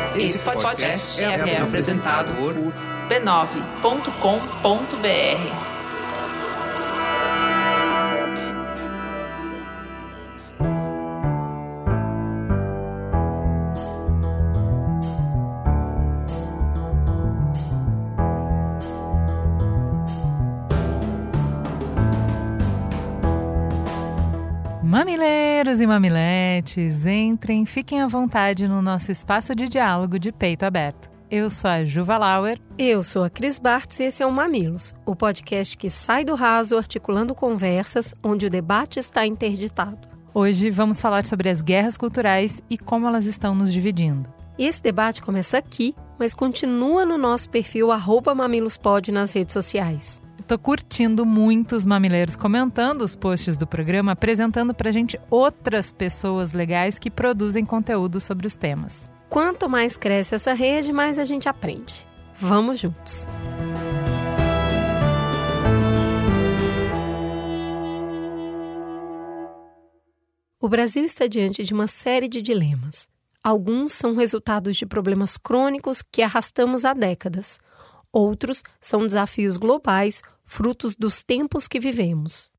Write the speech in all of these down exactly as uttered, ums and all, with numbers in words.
Esse podcast é, é apresentado por b nove ponto com ponto b r. Mamileiros e mamiletes, entrem, fiquem à vontade no nosso espaço de diálogo de peito aberto. Eu sou a Juva Lauer. Eu sou a Cris Bartz e esse é o Mamilos, o podcast que sai do raso articulando conversas onde o debate está interditado. Hoje vamos falar sobre as guerras culturais e como elas estão nos dividindo. E esse debate começa aqui, mas continua no nosso perfil arroba mamilospod nas redes sociais. Tô curtindo muito os mamileiros comentando os posts do programa, apresentando pra gente outras pessoas legais que produzem conteúdo sobre os temas. Quanto mais cresce essa rede, mais a gente aprende. Vamos juntos! O Brasil está diante de uma série de dilemas. Alguns são resultados de problemas crônicos que arrastamos há décadas. Outros são desafios globais, frutos dos tempos que vivemos.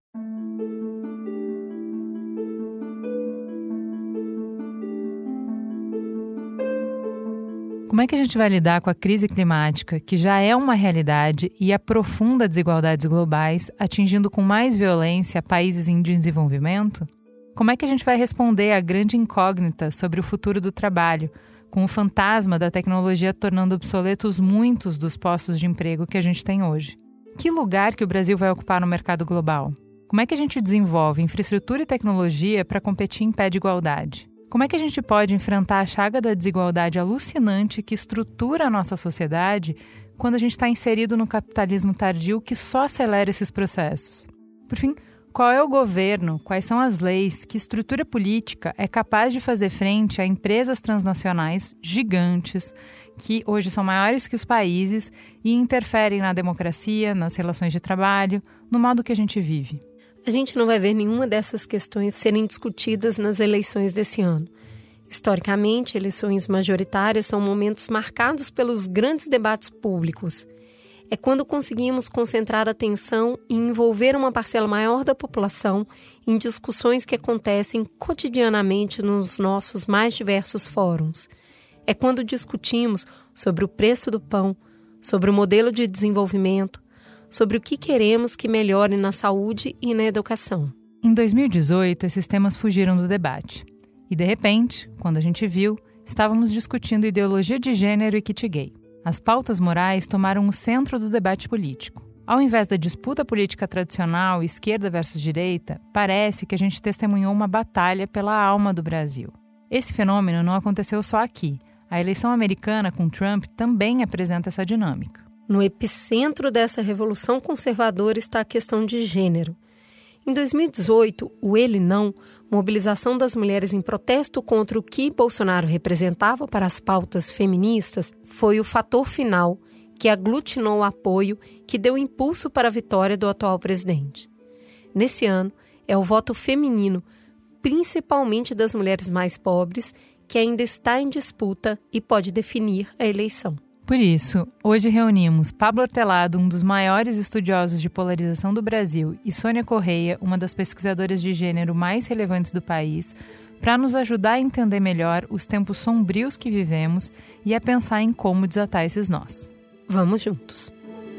Como é que a gente vai lidar com a crise climática, que já é uma realidade e aprofunda desigualdades globais, atingindo com mais violência países em desenvolvimento? Como é que a gente vai responder à grande incógnita sobre o futuro do trabalho, com o fantasma da tecnologia tornando obsoletos muitos dos postos de emprego que a gente tem hoje? Que lugar que o Brasil vai ocupar no mercado global? Como é que a gente desenvolve infraestrutura e tecnologia para competir em pé de igualdade? Como é que a gente pode enfrentar a chaga da desigualdade alucinante que estrutura a nossa sociedade quando a gente está inserido no capitalismo tardio que só acelera esses processos? Por fim, qual é o governo, quais são as leis, que estrutura política é capaz de fazer frente a empresas transnacionais gigantes que hoje são maiores que os países e interferem na democracia, nas relações de trabalho, no modo que a gente vive? A gente não vai ver nenhuma dessas questões serem discutidas nas eleições desse ano. Historicamente, eleições majoritárias são momentos marcados pelos grandes debates públicos. É quando conseguimos concentrar a atenção e envolver uma parcela maior da população em discussões que acontecem cotidianamente nos nossos mais diversos fóruns. É quando discutimos sobre o preço do pão, sobre o modelo de desenvolvimento, sobre o que queremos que melhore na saúde e na educação. Em dois mil e dezoito, esses temas fugiram do debate. E, de repente, quando a gente viu, estávamos discutindo ideologia de gênero e kit gay. As pautas morais tomaram o centro do debate político. Ao invés da disputa política tradicional, esquerda versus direita, parece que a gente testemunhou uma batalha pela alma do Brasil. Esse fenômeno não aconteceu só aqui. A eleição americana com Trump também apresenta essa dinâmica. No epicentro dessa revolução conservadora está a questão de gênero. Em dois mil e dezoito, o Ele Não, mobilização das mulheres em protesto contra o que Bolsonaro representava para as pautas feministas, foi o fator final que aglutinou o apoio que deu impulso para a vitória do atual presidente. Nesse ano, é o voto feminino, principalmente das mulheres mais pobres, que ainda está em disputa e pode definir a eleição. Por isso, hoje reunimos Pablo Hortelado, um dos maiores estudiosos de polarização do Brasil, e Sônia Correia, uma das pesquisadoras de gênero mais relevantes do país, para nos ajudar a entender melhor os tempos sombrios que vivemos e a pensar em como desatar esses nós. Vamos juntos!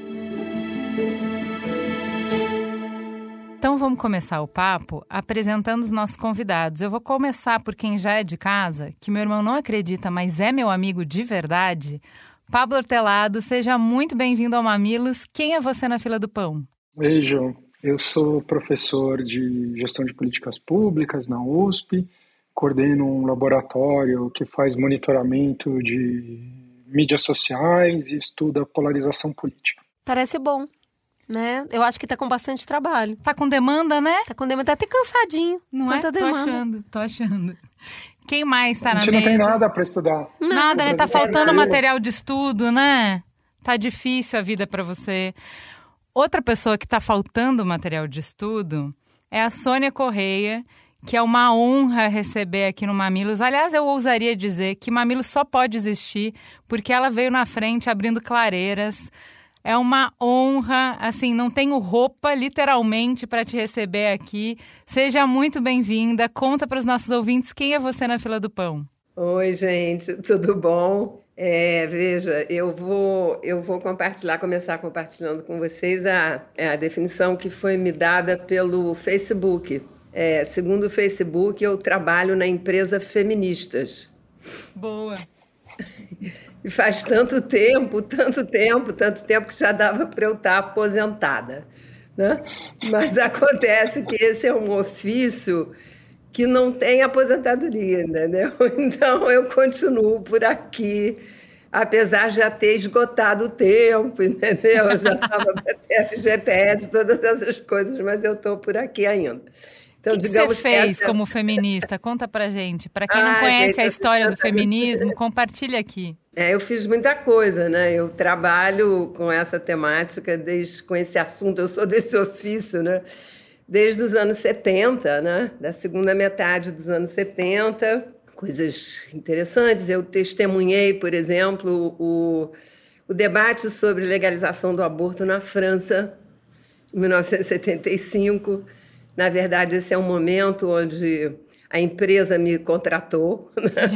Então vamos começar o papo apresentando os nossos convidados. Eu vou começar por quem já é de casa, que meu irmão não acredita, mas é meu amigo de verdade. Pablo Hortelado, seja muito bem-vindo ao Mamilos. Quem é você na fila do pão? Oi, João. Eu sou professor de gestão de políticas públicas na U S P, coordeno um laboratório que faz monitoramento de mídias sociais e estuda polarização política. Parece bom, né? Eu acho que tá com bastante trabalho. Tá com demanda, né? Tá com demanda, tá até cansadinho. Não é? Tô achando, tô achando. Quem mais tá na mesa? A gente não tem nada para estudar. Nada, né? Tá faltando material de estudo, né? Tá difícil a vida para você. Outra pessoa que tá faltando material de estudo é a Sônia Correia, que é uma honra receber aqui no Mamilos. Aliás, eu ousaria dizer que Mamilos só pode existir porque ela veio na frente abrindo clareiras. É uma honra, assim, não tenho roupa, literalmente, para te receber aqui. Seja muito bem-vinda. Conta para os nossos ouvintes quem é você na fila do pão. Oi, gente, tudo bom? É, veja, eu vou, eu vou compartilhar, começar compartilhando com vocês a, a definição que foi me dada pelo Facebook. É, segundo o Facebook, eu trabalho na empresa Feministas. Boa. E faz tanto tempo, tanto tempo, tanto tempo que já dava para eu estar aposentada, né? Mas acontece que esse é um ofício que não tem aposentadoria, entendeu? Então, eu continuo por aqui, apesar de já ter esgotado o tempo, entendeu? Eu já estava para F G T S, todas essas coisas, mas eu estou por aqui ainda. Então, o que, digamos que você fez essa... como feminista? Conta pra gente. Para quem não ah, conhece gente, a história do exatamente. feminismo, compartilha aqui. É, eu fiz muita coisa, né? Eu trabalho com essa temática, desde, com esse assunto, eu sou desse ofício, né? Desde os anos setenta, né? Da segunda metade dos anos setenta. Coisas interessantes. Eu testemunhei, por exemplo, o, o debate sobre legalização do aborto na França, em mil novecentos e setenta e cinco. Na verdade, esse é um momento onde a empresa me contratou,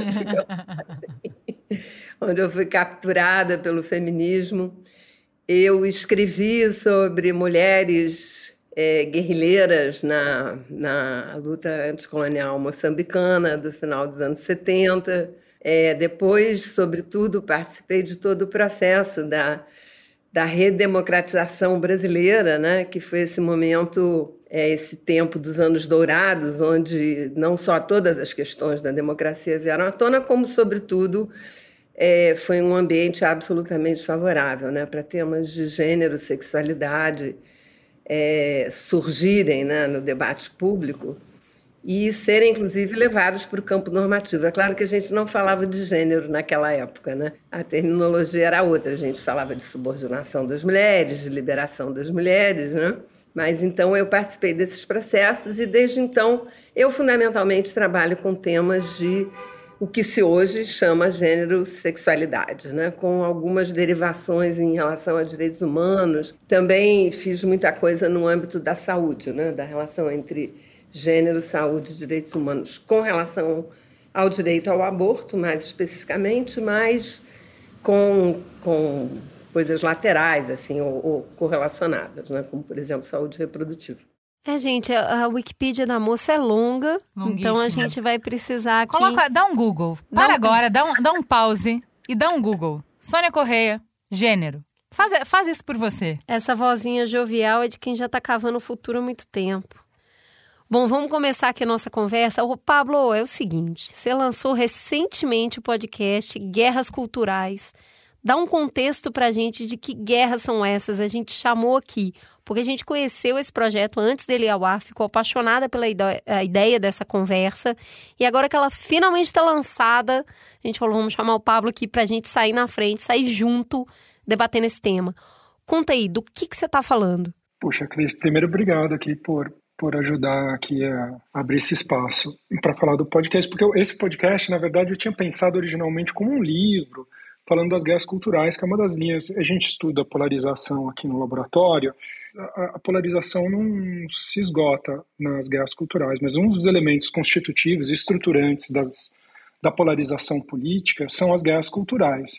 né? Onde eu fui capturada pelo feminismo. Eu escrevi sobre mulheres é, guerrilheiras na, na luta anticolonial moçambicana do final dos anos setenta. É, depois, sobretudo, participei de todo o processo da, da redemocratização brasileira, né? Que foi esse momento... É esse tempo dos anos dourados, onde não só todas as questões da democracia vieram à tona, como, sobretudo, é, foi um ambiente absolutamente favorável, né, para temas de gênero, sexualidade é, surgirem, né, no debate público e serem, inclusive, levados para o campo normativo. É claro que a gente não falava de gênero naquela época, né? A terminologia era outra, a gente falava de subordinação das mulheres, de liberação das mulheres, né? Mas, então, eu participei desses processos e, desde então, eu, fundamentalmente, trabalho com temas de o que se hoje chama gênero-sexualidade, né? Com algumas derivações em relação a direitos humanos. Também fiz muita coisa no âmbito da saúde, né? Da relação entre gênero, saúde e direitos humanos, com relação ao direito ao aborto, mais especificamente, mas com... com coisas laterais, assim, ou, ou correlacionadas, né? Como, por exemplo, saúde reprodutiva. É, gente, a, a Wikipídia da moça é longa, então a gente vai precisar aqui... Coloca, dá um Google. Para Dá um... agora, dá um, dá um pause e dá um Google. Sônia Correia, gênero. Faz, faz isso por você. Essa vozinha jovial é de quem já está cavando o futuro há muito tempo. Bom, vamos começar aqui a nossa conversa. Ô, Pablo, é o seguinte, você lançou recentemente o podcast Guerras Culturais. Dá um contexto para a gente de que guerras são essas. A gente chamou aqui, porque a gente conheceu esse projeto antes dele ir ao ar, ficou apaixonada pela ideia, a ideia dessa conversa. E agora que ela finalmente está lançada, a gente falou, vamos chamar o Pablo aqui para a gente sair na frente, sair junto, debatendo esse tema. Conta aí, do que, que você está falando? Puxa, Cris, primeiro obrigado aqui por, por ajudar aqui a abrir esse espaço para falar do podcast, porque esse podcast, na verdade, eu tinha pensado originalmente como um livro, falando das guerras culturais, que é uma das linhas. A gente estuda a polarização aqui no laboratório. A, a polarização não se esgota nas guerras culturais, mas um dos elementos constitutivos e estruturantes das, da polarização política são as guerras culturais.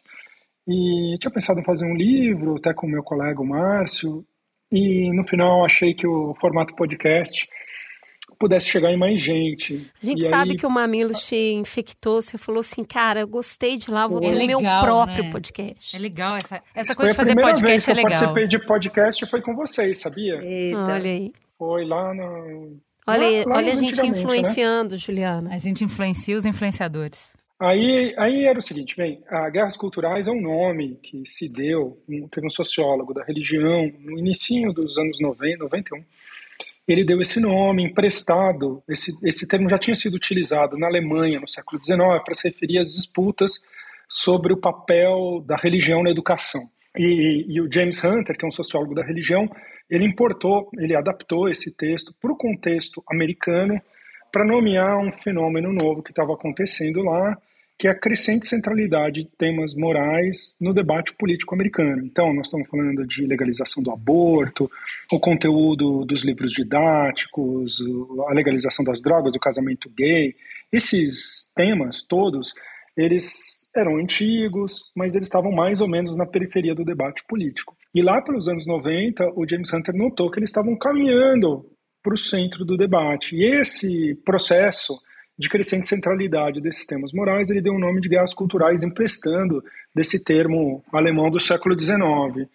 E eu tinha pensado em fazer um livro, até com o meu colega, o Márcio, e no final achei que o formato podcast pudesse chegar em mais gente. A gente e sabe aí... que o Mamilos te infectou, você falou assim, cara, eu gostei de lá, vou ter é o legal, meu próprio né? podcast. É legal, essa, essa Foi coisa de fazer podcast é legal. Eu participei de podcast foi com vocês, sabia? Eita. Olha aí. Foi lá no... Olha, lá, lá olha a gente antigamente, influenciando, né? Juliana. A gente influencia os influenciadores. Aí, aí era o seguinte, bem, a Guerras Culturais é um nome que se deu, teve um sociólogo da religião, no inicinho dos anos noventa, noventa e um, ele deu esse nome emprestado, esse, esse termo já tinha sido utilizado na Alemanha no século dezenove para se referir às disputas sobre o papel da religião na educação. E, e o James Hunter, que é um sociólogo da religião, ele importou, ele adaptou esse texto para o contexto americano para nomear um fenômeno novo que estava acontecendo lá, que é a crescente centralidade de temas morais no debate político americano. Então, nós estamos falando de legalização do aborto, o conteúdo dos livros didáticos, a legalização das drogas, o casamento gay. Esses temas todos, eles eram antigos, mas eles estavam mais ou menos na periferia do debate político. E lá pelos anos noventa, o James Hunter notou que eles estavam caminhando para o centro do debate. E esse processo de crescente centralidade desses temas morais, ele deu o nome de guerras culturais, emprestando desse termo alemão do século dezenove.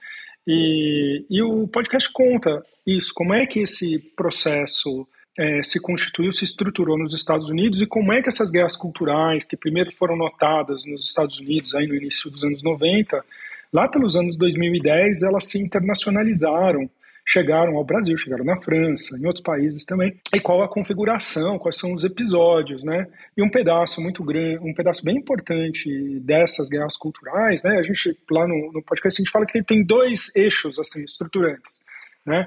E, e o podcast conta isso, como é que esse processo é, se constituiu, se estruturou nos Estados Unidos e como é que essas guerras culturais, que primeiro foram notadas nos Estados Unidos aí no início dos anos noventa, lá pelos anos dois mil e dez, elas se internacionalizaram, chegaram ao Brasil, chegaram na França, em outros países também. E qual a configuração, quais são os episódios, né? E um pedaço muito grande, um pedaço bem importante dessas guerras culturais, né? A gente, lá no, no podcast, a gente fala que tem dois eixos, assim, estruturantes, né?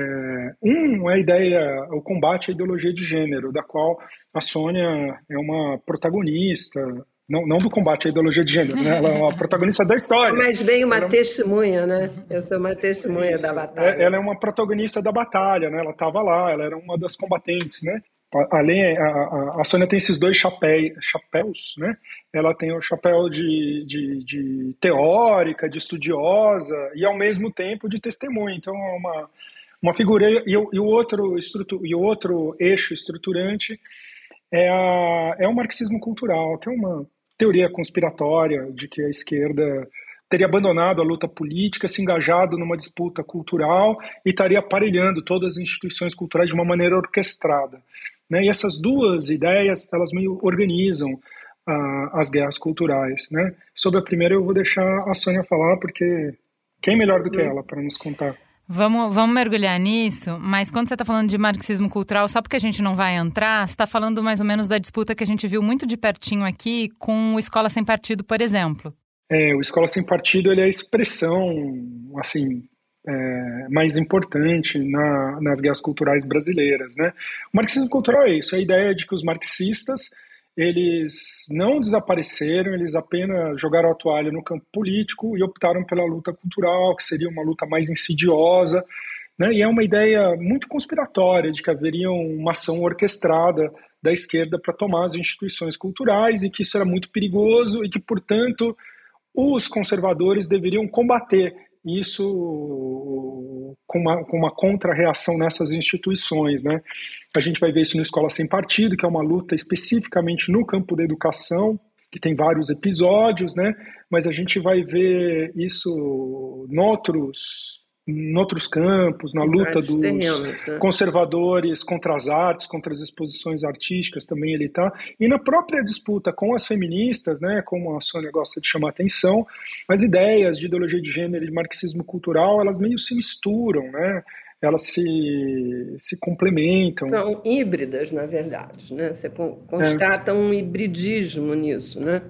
É, um é a ideia, o combate à ideologia de gênero, da qual a Sônia é uma protagonista, Não, não do combate à ideologia de gênero, né? Ela é uma protagonista da história. Mas bem uma ela... testemunha, né? Eu sou uma testemunha Isso. da batalha. Ela é uma protagonista da batalha, né? Ela estava lá, ela era uma das combatentes, né? Além, a, a, a Sônia tem esses dois chapéus, chapéus, né? Ela tem o chapéu de, de, de teórica, de estudiosa e, ao mesmo tempo, de testemunha. Então, é uma, uma figura... E, e, o outro estrutu, e o outro eixo estruturante é, a, é o marxismo cultural, que é uma teoria conspiratória de que a esquerda teria abandonado a luta política, se engajado numa disputa cultural e estaria aparelhando todas as instituições culturais de uma maneira orquestrada, né? E essas duas ideias, elas meio organizam uh, as guerras culturais, né? Sobre a primeira eu vou deixar a Sônia falar, porque quem melhor do que ela para nos contar? Vamos, vamos mergulhar nisso, mas quando você está falando de marxismo cultural, só porque a gente não vai entrar, você está falando mais ou menos da disputa que a gente viu muito de pertinho aqui com o Escola Sem Partido, por exemplo. É, o Escola Sem Partido ele é a expressão assim, é, mais importante na, nas guerras culturais brasileiras, né? O marxismo cultural é isso, é a ideia de que os marxistas eles não desapareceram, eles apenas jogaram a toalha no campo político e optaram pela luta cultural, que seria uma luta mais insidiosa, né? E é uma ideia muito conspiratória de que haveria uma ação orquestrada da esquerda para tomar as instituições culturais e que isso era muito perigoso e que, portanto, os conservadores deveriam combater isso com uma, com uma contra-reação nessas instituições, né? A gente vai ver isso no Escola Sem Partido, que é uma luta especificamente no campo da educação, que tem vários episódios, né? Mas a gente vai ver isso em outros, em outros campos, na luta dos terrenos, né? Conservadores contra as artes, contra as exposições artísticas, também ele está. E na própria disputa com as feministas, né, como a Sônia gosta de chamar a atenção, as ideias de ideologia de gênero e de marxismo cultural, elas meio se misturam, né? Elas se, se complementam. São híbridas, na verdade, né? Você constata é. um hibridismo nisso, né?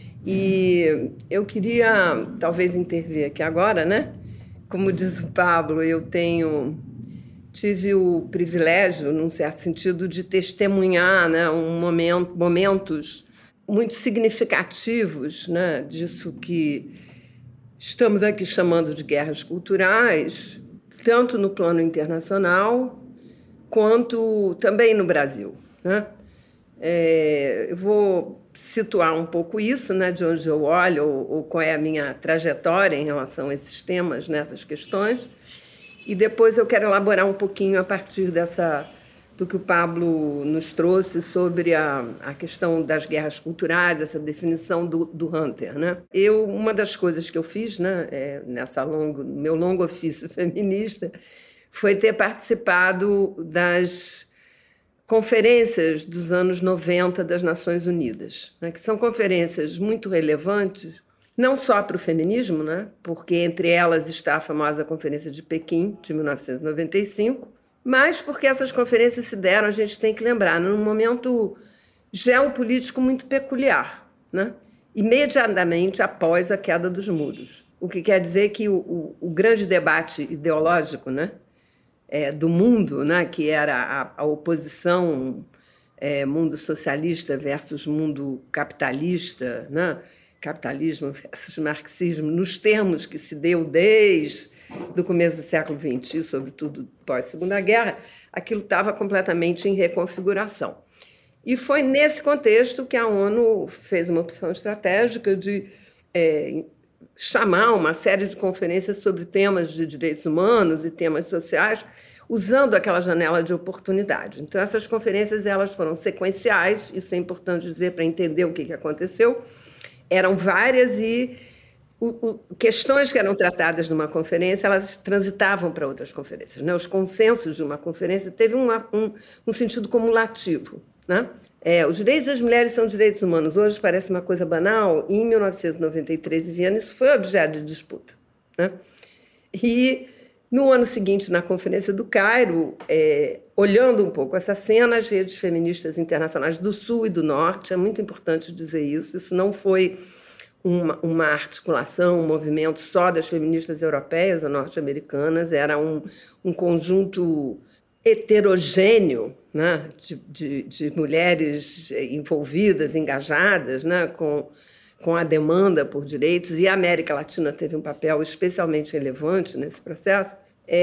E eu queria, talvez, intervir aqui agora, né? Como diz o Pablo, eu tenho, tive o privilégio, num certo sentido, de testemunhar, né, um momento, momentos muito significativos, né, disso que estamos aqui chamando de guerras culturais, tanto no plano internacional quanto também no Brasil, né? É, eu vou situar um pouco isso, né, de onde eu olho, ou, ou qual é a minha trajetória em relação a esses temas, nessas questões, e depois eu quero elaborar um pouquinho a partir dessa, do que o Pablo nos trouxe sobre a, a questão das guerras culturais, essa definição do, do Hunter, né? Eu, uma das coisas que eu fiz, né, é, nessa longo, meu longo ofício feminista foi ter participado das conferências dos anos noventa das Nações Unidas, né, que são conferências muito relevantes, não só para o feminismo, né, porque entre elas está a famosa Conferência de Pequim, de mil novecentos e noventa e cinco, mas porque essas conferências se deram, a gente tem que lembrar, num momento geopolítico muito peculiar, né, imediatamente após a queda dos muros. O que quer dizer que o, o, o grande debate ideológico, né, É, do mundo, né, que era a, a oposição é, mundo socialista versus mundo capitalista, né? Capitalismo versus marxismo, nos termos que se deu desde o começo do século vinte, sobretudo pós-Segunda Guerra, aquilo estava completamente em reconfiguração. E foi nesse contexto que a ONU fez uma opção estratégica de é, chamar uma série de conferências sobre temas de direitos humanos e temas sociais, usando aquela janela de oportunidade. Então, essas conferências elas foram sequenciais, isso é importante dizer para entender o que, que aconteceu. Eram várias e o, o, questões que eram tratadas numa conferência, elas transitavam para outras conferências, né? Os consensos de uma conferência teve um, um, um sentido cumulativo, né? É, os direitos das mulheres são direitos humanos. Hoje parece uma coisa banal. Em mil novecentos e noventa e três, em Viena, isso foi objeto de disputa, né? E no ano seguinte, na Conferência do Cairo, é, olhando um pouco essa cena, as redes feministas internacionais do Sul e do Norte, é muito importante dizer isso, isso não foi uma, uma articulação, um movimento só das feministas europeias ou norte-americanas, era um, um conjunto heterogêneo, né, de, de, de mulheres envolvidas, engajadas, né, com, com a demanda por direitos, e a América Latina teve um papel especialmente relevante nesse processo.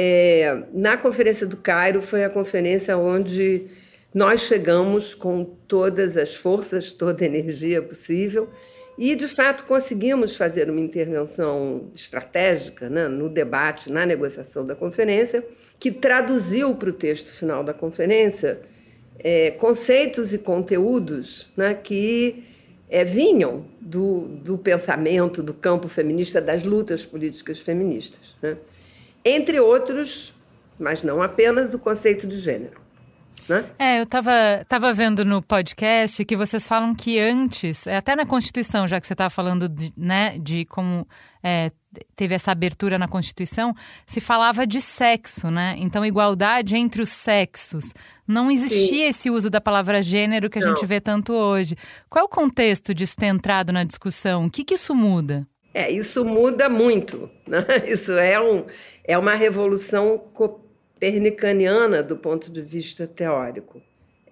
É, na Conferência do Cairo foi a conferência onde nós chegamos com todas as forças, toda a energia possível e, de fato, conseguimos fazer uma intervenção estratégica, né, no debate, na negociação da conferência, que traduziu para o texto final da conferência é, conceitos e conteúdos, né, que é, vinham do, do pensamento, do campo feminista, das lutas políticas feministas, né? Entre outros, mas não apenas, o conceito de gênero, né? É, eu estava tava vendo no podcast que vocês falam que antes, até na Constituição, já que você estava falando de, né, de como é, teve essa abertura na Constituição, se falava de sexo, né? Então, igualdade entre os sexos. Não existia Sim. esse uso da palavra gênero que a não. gente vê tanto hoje. Qual é o contexto disso ter entrado na discussão? O que, que isso muda? É, isso muda muito, né? Isso é, um, é uma revolução copernicaniana do ponto de vista teórico,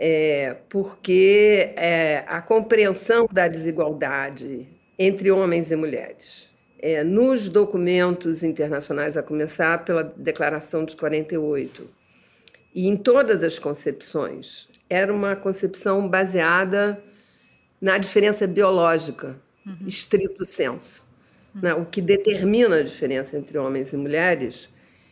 é, porque é, a compreensão da desigualdade entre homens e mulheres, é, nos documentos internacionais, a começar pela Declaração de quarenta e oito, e em todas as concepções, era uma concepção baseada na diferença biológica, uhum. estrito sensu. O que determina a diferença entre homens e mulheres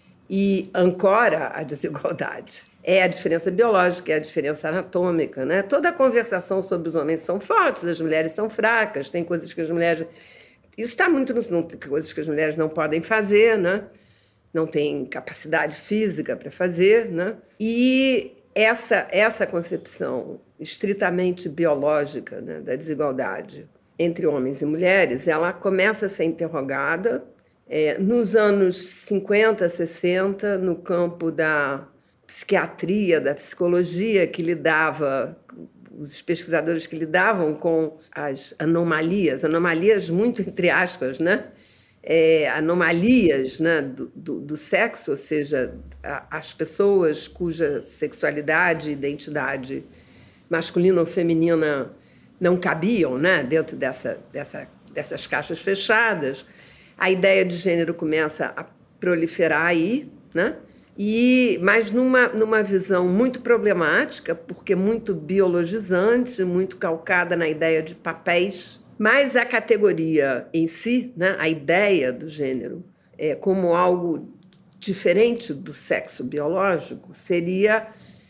e ancora a desigualdade. É a diferença biológica, é a diferença anatômica, né? Toda a conversação sobre os homens são fortes, as mulheres são fracas, tem coisas que as mulheres... Isso está muito no... coisas que as mulheres não podem fazer, né? Não têm capacidade física para fazer, né? E essa, essa concepção estritamente biológica, né, da desigualdade entre homens e mulheres, ela começa a ser interrogada é, nos anos cinquenta, sessenta, no campo da psiquiatria, da psicologia, que lidava, os pesquisadores que lidavam com as anomalias, anomalias muito entre aspas, né? É, anomalias, né, do, do, do sexo, ou seja, a, as pessoas cuja sexualidade e identidade masculina ou feminina não cabiam, né, dentro dessa, dessa, dessas caixas fechadas. A ideia de gênero começa a proliferar aí, né? E, mas numa, numa visão muito problemática, porque muito biologizante, muito calcada na ideia de papéis, mas a categoria em si, né, a ideia do gênero, é, como algo diferente do sexo biológico, seria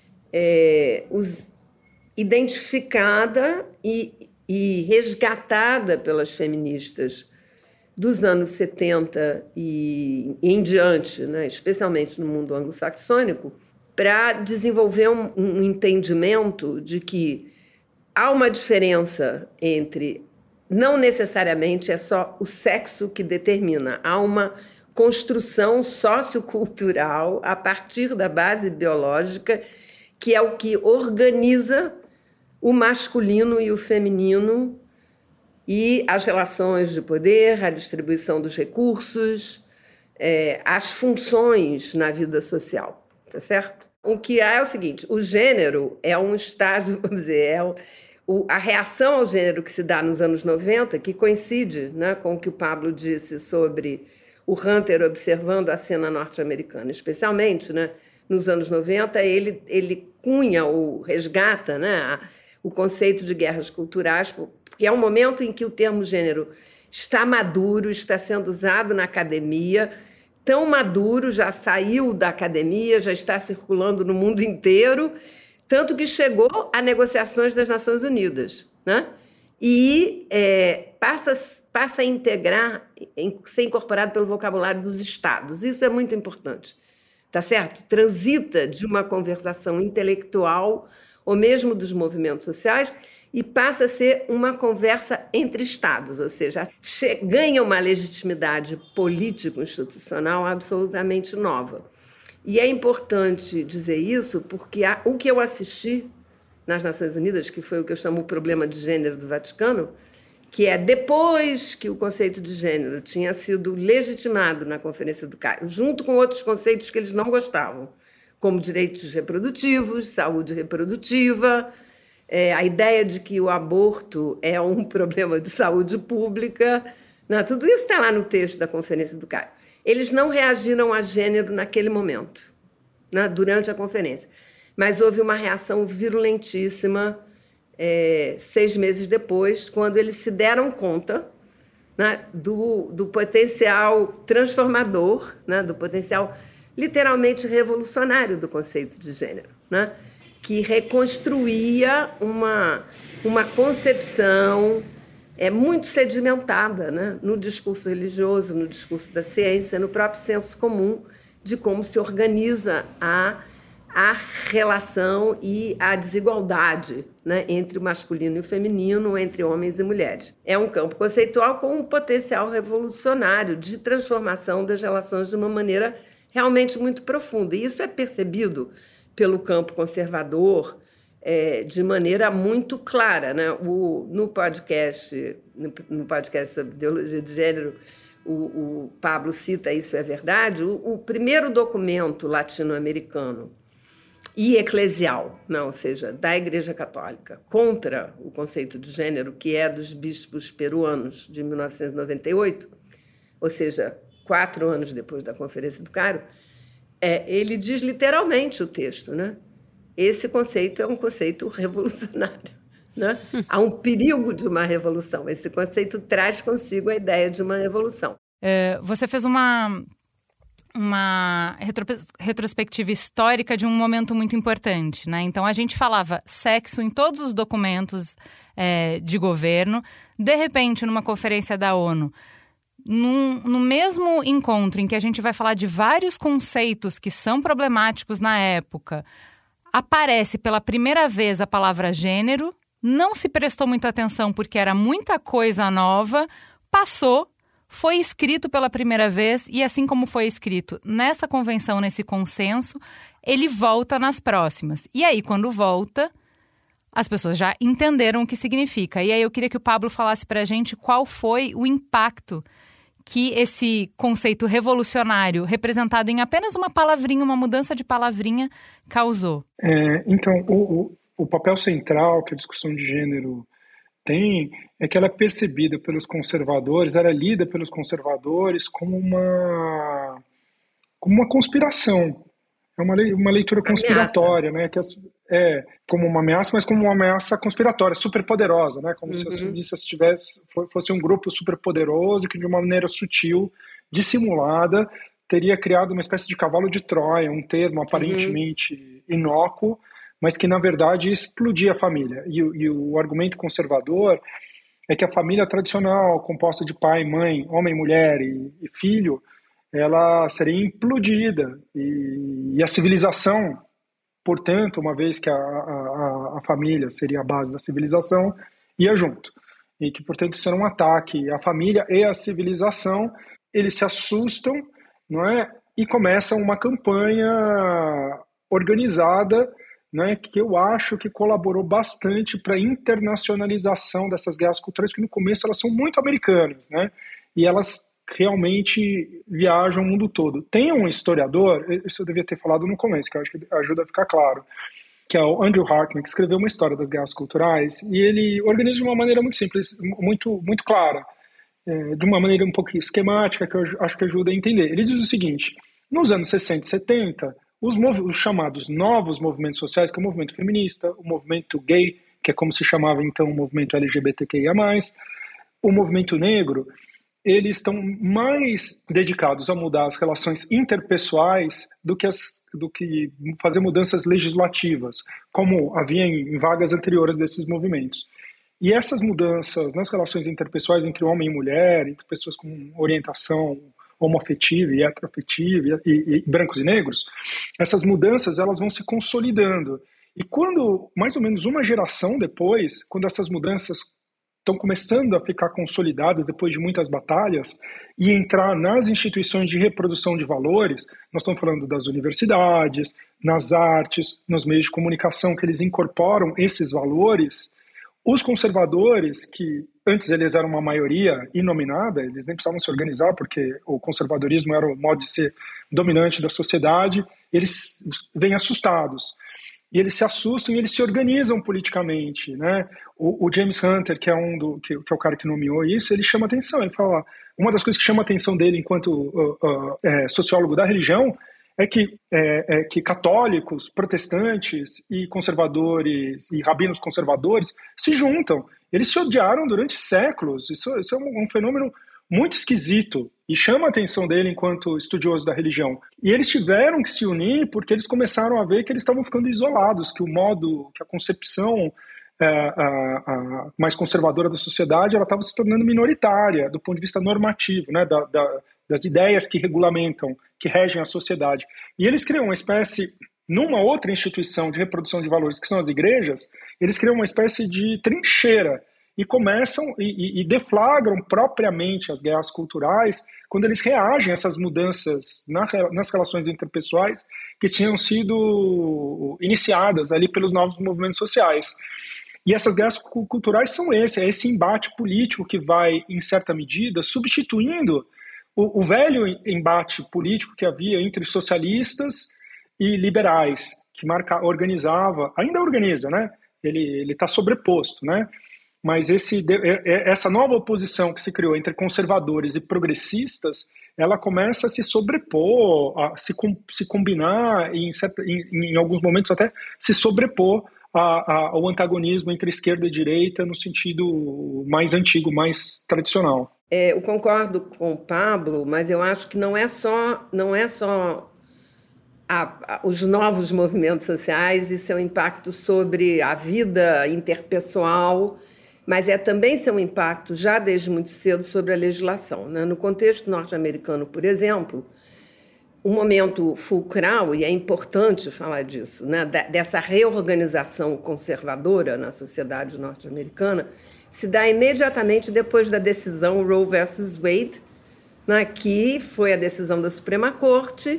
é, os identificada e, e resgatada pelas feministas dos anos setenta e, e em diante, né, especialmente no mundo anglo-saxônico, para desenvolver um, um entendimento de que há uma diferença entre... Não necessariamente é só o sexo que determina, há uma construção sociocultural a partir da base biológica, que é o que organiza o masculino e o feminino e as relações de poder, a distribuição dos recursos, é, as funções na vida social, tá certo? O que há é o seguinte, o gênero é um estágio, vamos dizer, é o, o, a reação ao gênero que se dá nos anos noventa, que coincide, né, com o que o Pablo disse sobre o Hunter observando a cena norte-americana, especialmente, né, nos anos noventa, ele, ele cunha ou resgata, né, a, o conceito de guerras culturais, porque é um momento em que o termo gênero está maduro, está sendo usado na academia, tão maduro, já saiu da academia, já está circulando no mundo inteiro, tanto que chegou a negociações das Nações Unidas, né? E é, passa, passa a integrar, em, ser incorporado pelo vocabulário dos Estados. Isso é muito importante, tá certo? Transita de uma conversação intelectual, ou mesmo dos movimentos sociais, e passa a ser uma conversa entre Estados, ou seja, ganha uma legitimidade político-institucional absolutamente nova. E é importante dizer isso porque há, o que eu assisti nas Nações Unidas, que foi o que eu chamo o problema de gênero do Vaticano, que é depois que o conceito de gênero tinha sido legitimado na Conferência do Cairo, junto com outros conceitos que eles não gostavam, como direitos reprodutivos, saúde reprodutiva, É, a ideia de que o aborto é um problema de saúde pública, né? Tudo isso está lá no texto da Conferência do Cairo. Eles não reagiram a gênero naquele momento, né? Durante a conferência, mas houve uma reação virulentíssima é, seis meses depois, quando eles se deram conta, né, do, do potencial transformador, né, do potencial literalmente revolucionário do conceito de gênero, né? Que reconstruía uma, uma concepção é, muito sedimentada, né, no discurso religioso, no discurso da ciência, no próprio senso comum de como se organiza a, a relação e a desigualdade, né, entre o masculino e o feminino, entre homens e mulheres. É um campo conceitual com um potencial revolucionário de transformação das relações de uma maneira realmente muito profunda. E isso é percebido pelo campo conservador é, de maneira muito clara, né? O, no podcast, no, no podcast sobre ideologia de gênero, o, o Pablo cita Isso é Verdade, o, o primeiro documento latino-americano e eclesial, não, ou seja, da Igreja Católica, contra o conceito de gênero, que é dos bispos peruanos de mil novecentos e noventa e oito, ou seja, quatro anos depois da Conferência do Cairo, É, ele diz literalmente o texto, né? Esse conceito é um conceito revolucionário, né? Há um perigo de uma revolução. Esse conceito traz consigo a ideia de uma revolução. É, você fez uma, uma retro, retrospectiva histórica de um momento muito importante, né? Então, a gente falava sexo em todos os documentos é, de governo. De repente, numa conferência da ONU, Num, no mesmo encontro em que a gente vai falar de vários conceitos que são problemáticos na época, aparece pela primeira vez a palavra gênero, não se prestou muita atenção porque era muita coisa nova, passou, foi escrito pela primeira vez e assim como foi escrito nessa convenção, nesse consenso, ele volta nas próximas. E aí, quando volta, as pessoas já entenderam o que significa. E aí eu queria que o Pablo falasse para a gente qual foi o impacto que esse conceito revolucionário, representado em apenas uma palavrinha, uma mudança de palavrinha, causou. É, então, o, o, o papel central que a discussão de gênero tem é que ela é percebida pelos conservadores, ela é lida pelos conservadores como uma, como uma conspiração. É uma, uma leitura conspiratória, né? Que as, é como uma ameaça, mas como uma ameaça conspiratória, super poderosa, né? Como uhum. se as feministas tivessem, fosse um grupo super poderoso que de uma maneira sutil, dissimulada, teria criado uma espécie de cavalo de Troia, um termo aparentemente uhum. inócuo, mas que na verdade explodia a família. E, e o argumento conservador é que a família tradicional, composta de pai, mãe, homem, mulher e, e filho, ela seria implodida e, e a civilização, portanto, uma vez que a, a, a família seria a base da civilização, ia junto. E que, portanto, isso era um ataque à família e à civilização. Eles se assustam, não é? E começam uma campanha organizada, né, que eu acho que colaborou bastante para a internacionalização dessas guerras culturais, que no começo elas são muito americanas, né? E elas realmente viajam o mundo todo. Tem um historiador, isso eu devia ter falado no começo, que eu acho que ajuda a ficar claro, que é o Andrew Hartman, que escreveu uma história das guerras culturais, e ele organiza de uma maneira muito simples, muito, muito clara, é, de uma maneira um pouco esquemática, que eu acho que ajuda a entender. Ele diz o seguinte: nos anos sessenta e setenta, os, mov- os chamados novos movimentos sociais, que é o movimento feminista, o movimento gay, que é como se chamava então o movimento L G B T Q I A mais, o movimento negro, eles estão mais dedicados a mudar as relações interpessoais do que, as, do que fazer mudanças legislativas, como havia em, em vagas anteriores desses movimentos. E essas mudanças nas relações interpessoais entre homem e mulher, entre pessoas com orientação homoafetiva e heteroafetiva, e, e, e brancos e negros, essas mudanças elas vão se consolidando. E quando, mais ou menos uma geração depois, quando essas mudanças estão começando a ficar consolidadas depois de muitas batalhas e entrar nas instituições de reprodução de valores, nós estamos falando das universidades, nas artes, nos meios de comunicação, que eles incorporam esses valores, os conservadores, que antes eles eram uma maioria inominada, eles nem precisavam se organizar porque o conservadorismo era o modo de ser dominante da sociedade, eles vêm assustados. E eles se assustam e eles se organizam politicamente, né? O, o James Hunter, que é, um do, que, que é o cara que nomeou isso, ele chama atenção. Ele fala, uma das coisas que chama atenção dele enquanto uh, uh, é, sociólogo da religião é que, é, é que católicos, protestantes e conservadores e rabinos conservadores se juntam. Eles se odiaram durante séculos. Isso, isso é um, um fenômeno muito esquisito e chama a atenção dele enquanto estudioso da religião. E eles tiveram que se unir porque eles começaram a ver que eles estavam ficando isolados, que o modo, que a concepção é, a, a mais conservadora da sociedade ela estava se tornando minoritária do ponto de vista normativo, né, da, da, das ideias que regulamentam, que regem a sociedade. E eles criam uma espécie, numa outra instituição de reprodução de valores, que são as igrejas, eles criam uma espécie de trincheira e começam e, e deflagram propriamente as guerras culturais quando eles reagem a essas mudanças na, nas relações interpessoais que tinham sido iniciadas ali pelos novos movimentos sociais. E essas guerras culturais são esse, é esse embate político que vai, em certa medida, substituindo o, o velho embate político que havia entre socialistas e liberais, que marca, organizava, ainda organiza, né? Ele está sobreposto, né? Mas esse, essa nova oposição que se criou entre conservadores e progressistas, ela começa a se sobrepor, a se, se combinar e, em, em, em alguns momentos até se sobrepor a, a, ao antagonismo entre esquerda e direita no sentido mais antigo, mais tradicional. É, eu concordo com o Pablo, mas eu acho que não é só, não é só a, a, os novos movimentos sociais e seu impacto sobre a vida interpessoal, mas é também seu impacto, já desde muito cedo, sobre a legislação, né? No contexto norte-americano, por exemplo, um momento fulcral, e é importante falar disso, né? Dessa reorganização conservadora na sociedade norte-americana, se dá imediatamente depois da decisão Roe versus Wade, né? Que foi a decisão da Suprema Corte,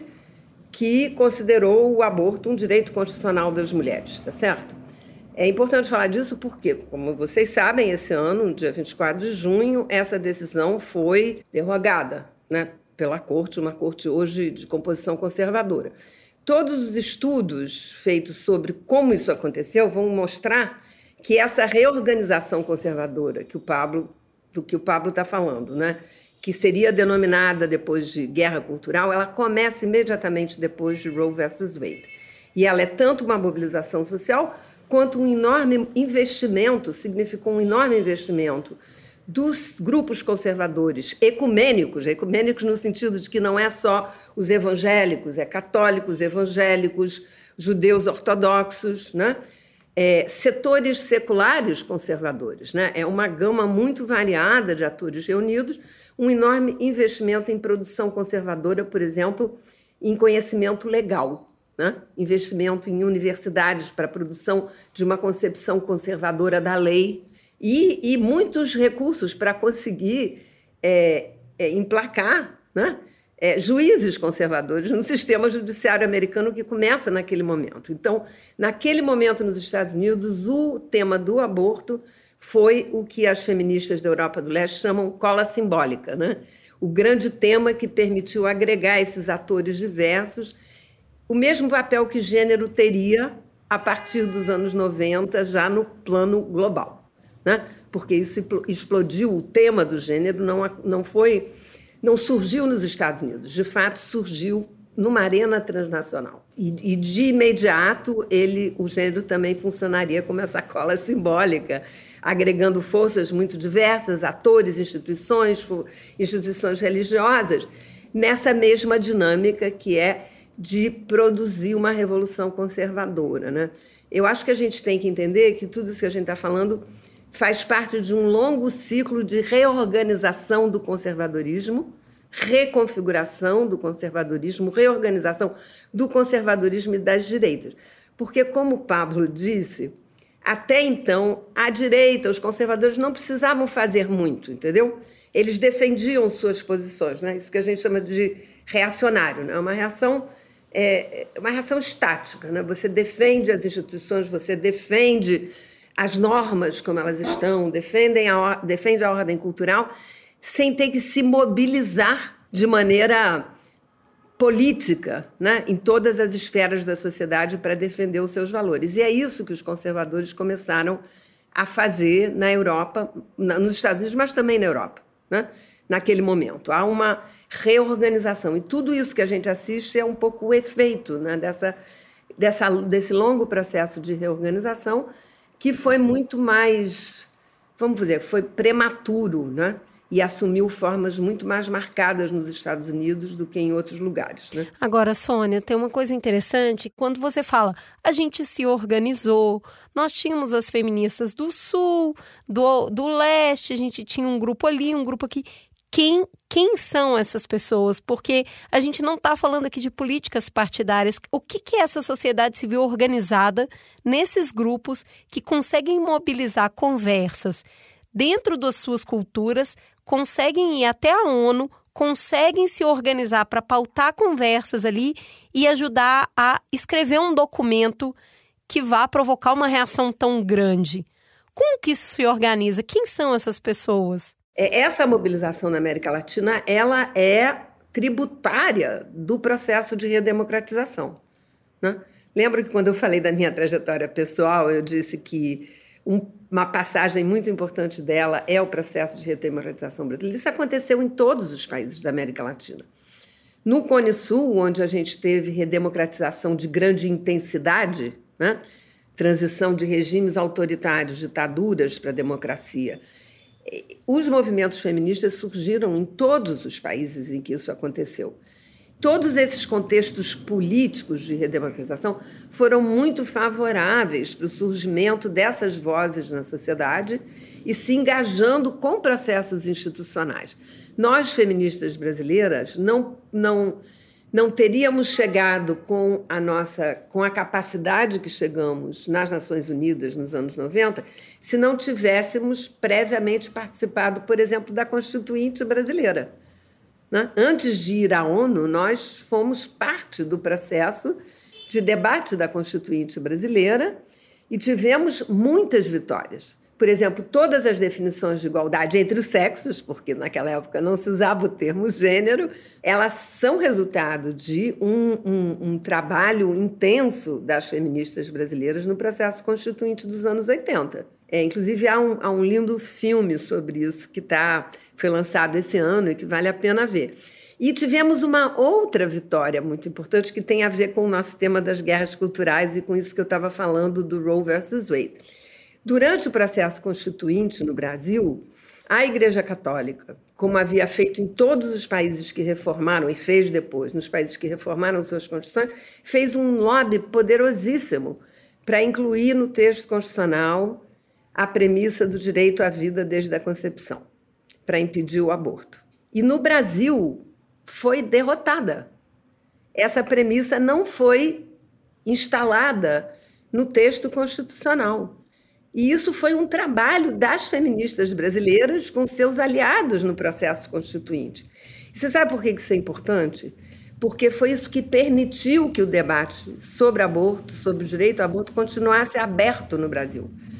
que considerou o aborto um direito constitucional das mulheres, tá certo? É importante falar disso porque, como vocês sabem, esse ano, no dia vinte e quatro de junho, essa decisão foi derrogada, né, pela corte, uma corte hoje de composição conservadora. Todos os estudos feitos sobre como isso aconteceu vão mostrar que essa reorganização conservadora que o Pablo, do que o Pablo está falando, né, que seria denominada depois de guerra cultural, ela começa imediatamente depois de Roe versus Wade. E ela é tanto uma mobilização social quanto um enorme investimento, significou um enorme investimento dos grupos conservadores ecumênicos, ecumênicos no sentido de que não é só os evangélicos, é católicos, evangélicos, judeus ortodoxos, né? É, setores seculares conservadores, né? É uma gama muito variada de atores reunidos, um enorme investimento em produção conservadora, por exemplo, em conhecimento legal, né? Investimento em universidades para a produção de uma concepção conservadora da lei e, e muitos recursos para conseguir é, é, emplacar, né? é, juízes conservadores no sistema judiciário americano que começa naquele momento. Então, naquele momento nos Estados Unidos, o tema do aborto foi o que as feministas da Europa do Leste chamam cola simbólica, né? O grande tema que permitiu agregar esses atores diversos, o mesmo papel que gênero teria a partir dos anos noventa, já no plano global, né? Porque isso explodiu, o tema do gênero não, não foi, não surgiu nos Estados Unidos, de fato surgiu numa arena transnacional. E, e de imediato, ele, o gênero também funcionaria como essa cola simbólica, agregando forças muito diversas, atores, instituições, instituições religiosas, nessa mesma dinâmica que é de produzir uma revolução conservadora, né? Eu acho que a gente tem que entender que tudo isso que a gente está falando faz parte de um longo ciclo de reorganização do conservadorismo, reconfiguração do conservadorismo, reorganização do conservadorismo e das direitas. Porque, como o Pablo disse, até então, a direita, os conservadores não precisavam fazer muito, entendeu? Eles defendiam suas posições, né? Isso que a gente chama de reacionário, né? Uma reação, é, uma reação estática, né? Você defende as instituições, você defende as normas como elas estão, defendem a, defende a ordem cultural, sem ter que se mobilizar de maneira política, né, em todas as esferas da sociedade para defender os seus valores. E é isso que os conservadores começaram a fazer na Europa, na, nos Estados Unidos, mas também na Europa, né, naquele momento. Há uma reorganização. E tudo isso que a gente assiste é um pouco o efeito, né, dessa, dessa, desse longo processo de reorganização, que foi muito mais, vamos dizer, foi prematuro, né? E assumiu formas muito mais marcadas nos Estados Unidos do que em outros lugares, né? Agora, Sônia, tem uma coisa interessante, quando você fala, a gente se organizou, nós tínhamos as feministas do Sul, do, do Leste, a gente tinha um grupo ali, um grupo aqui. Quem, quem são essas pessoas? Porque a gente não está falando aqui de políticas partidárias. O que, que é essa sociedade civil organizada nesses grupos que conseguem mobilizar conversas dentro das suas culturas, conseguem ir até a ONU, conseguem se organizar para pautar conversas ali e ajudar a escrever um documento que vá provocar uma reação tão grande? Como que isso se organiza? Quem são essas pessoas? Essa mobilização na América Latina, ela é tributária do processo de redemocratização, né? Lembro que quando eu falei da minha trajetória pessoal, eu disse que um, uma passagem muito importante dela é o processo de redemocratização brasileira. Isso aconteceu em todos os países da América Latina. No Cone Sul, onde a gente teve redemocratização de grande intensidade, né? Transição de regimes autoritários, ditaduras para a democracia, os movimentos feministas surgiram em todos os países em que isso aconteceu. Todos esses contextos políticos de redemocratização foram muito favoráveis para o surgimento dessas vozes na sociedade e se engajando com processos institucionais. Nós, feministas brasileiras, não, não, não teríamos chegado com a nossa, com a capacidade que chegamos nas Nações Unidas nos anos noventa, se não tivéssemos previamente participado, por exemplo, da Constituinte brasileira. Né? Antes de ir à ONU, nós fomos parte do processo de debate da Constituinte brasileira e tivemos muitas vitórias. Por exemplo, todas as definições de igualdade entre os sexos, porque naquela época não se usava o termo gênero, elas são resultado de um, um, um trabalho intenso das feministas brasileiras no processo constituinte dos anos oitenta. É, inclusive, há um, há um lindo filme sobre isso que tá, foi lançado esse ano e que vale a pena ver. E tivemos uma outra vitória muito importante que tem a ver com o nosso tema das guerras culturais e com isso que eu estava falando do Roe versus Wade. Durante o processo constituinte no Brasil, a Igreja Católica, como havia feito em todos os países que reformaram, e fez depois, nos países que reformaram suas constituições, fez um lobby poderosíssimo para incluir no texto constitucional a premissa do direito à vida desde a concepção, para impedir o aborto. E no Brasil foi derrotada. Essa premissa não foi instalada no texto constitucional. E isso foi um trabalho das feministas brasileiras com seus aliados no processo constituinte. E você sabe por que isso é importante? Porque foi isso que permitiu que o debate sobre aborto, sobre o direito ao aborto, continuasse aberto no Brasil.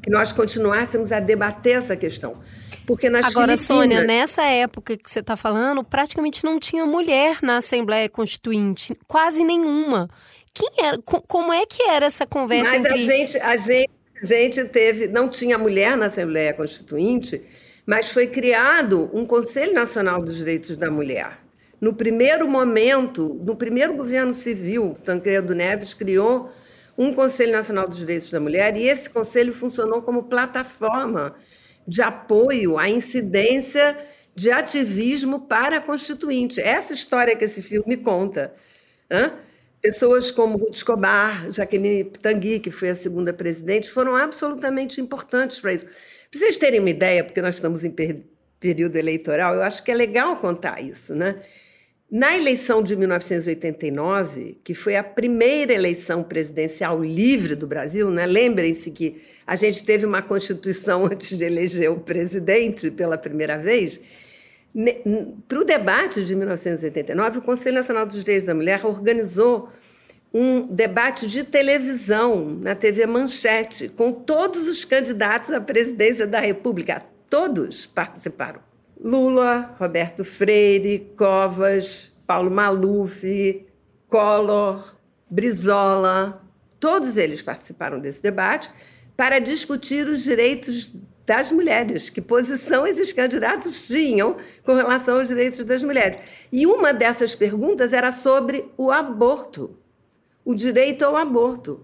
que nós continuássemos a debater essa questão. Porque nas Agora, Filipinas... Sônia, nessa época que você está falando, praticamente não tinha mulher na Assembleia Constituinte, quase nenhuma. Quem era, como é que era essa conversa Mas entre... a gente, a gente, a gente teve, não tinha mulher na Assembleia Constituinte, mas foi criado um Conselho Nacional dos Direitos da Mulher. No primeiro momento, no primeiro governo civil, Tancredo Neves criou um Conselho Nacional dos Direitos da Mulher, e esse conselho funcionou como plataforma de apoio à incidência de ativismo para a Constituinte. Essa história que esse filme conta. Né? Pessoas como Ruth Escobar, Jaqueline Pitangui, que foi a segunda presidente, foram absolutamente importantes para isso. Para vocês terem uma ideia, porque nós estamos em per- período eleitoral, eu acho que é legal contar isso, né? Na eleição de mil novecentos e oitenta e nove, que foi a primeira eleição presidencial livre do Brasil, né? Lembrem-se que a gente teve uma Constituição antes de eleger o presidente pela primeira vez. Para o debate de mil novecentos e oitenta e nove, o Conselho Nacional dos Direitos da Mulher organizou um debate de televisão na T V Manchete, com todos os candidatos à presidência da República. Todos participaram. Lula, Roberto Freire, Covas, Paulo Maluf, Collor, Brizola, todos eles participaram desse debate para discutir os direitos das mulheres, que posição esses candidatos tinham com relação aos direitos das mulheres. E uma dessas perguntas era sobre o aborto, o direito ao aborto.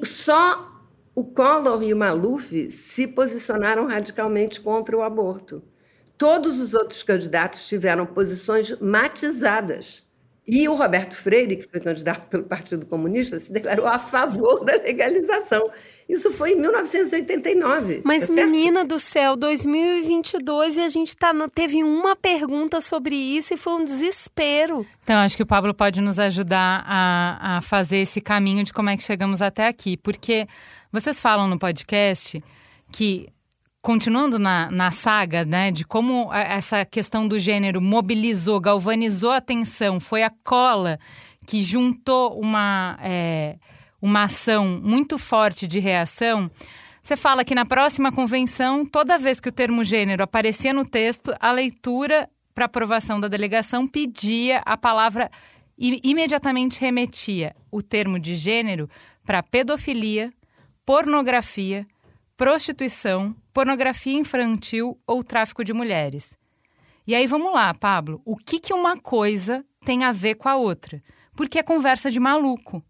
Só o Collor e o Maluf se posicionaram radicalmente contra o aborto. Todos os outros candidatos tiveram posições matizadas. E o Roberto Freire, que foi candidato pelo Partido Comunista, se declarou a favor da legalização. Isso foi em mil novecentos e oitenta e nove. Mas, tá menina do céu, dois mil e vinte e dois e a gente tá no... teve uma pergunta sobre isso e foi um desespero. Então, acho que o Pablo pode nos ajudar a, a fazer esse caminho de como é que chegamos até aqui. Porque vocês falam no podcast que... Continuando na, na saga, né, de como essa questão do gênero mobilizou, galvanizou a atenção, foi a cola que juntou uma, é, uma ação muito forte de reação. Você fala que na próxima convenção, toda vez que o termo gênero aparecia no texto, a leitura para aprovação da delegação pedia a palavra e imediatamente remetia o termo de gênero para pedofilia, pornografia, prostituição, pornografia infantil ou tráfico de mulheres. E aí vamos lá, Pablo, o que, que uma coisa tem a ver com a outra? Porque é conversa de maluco.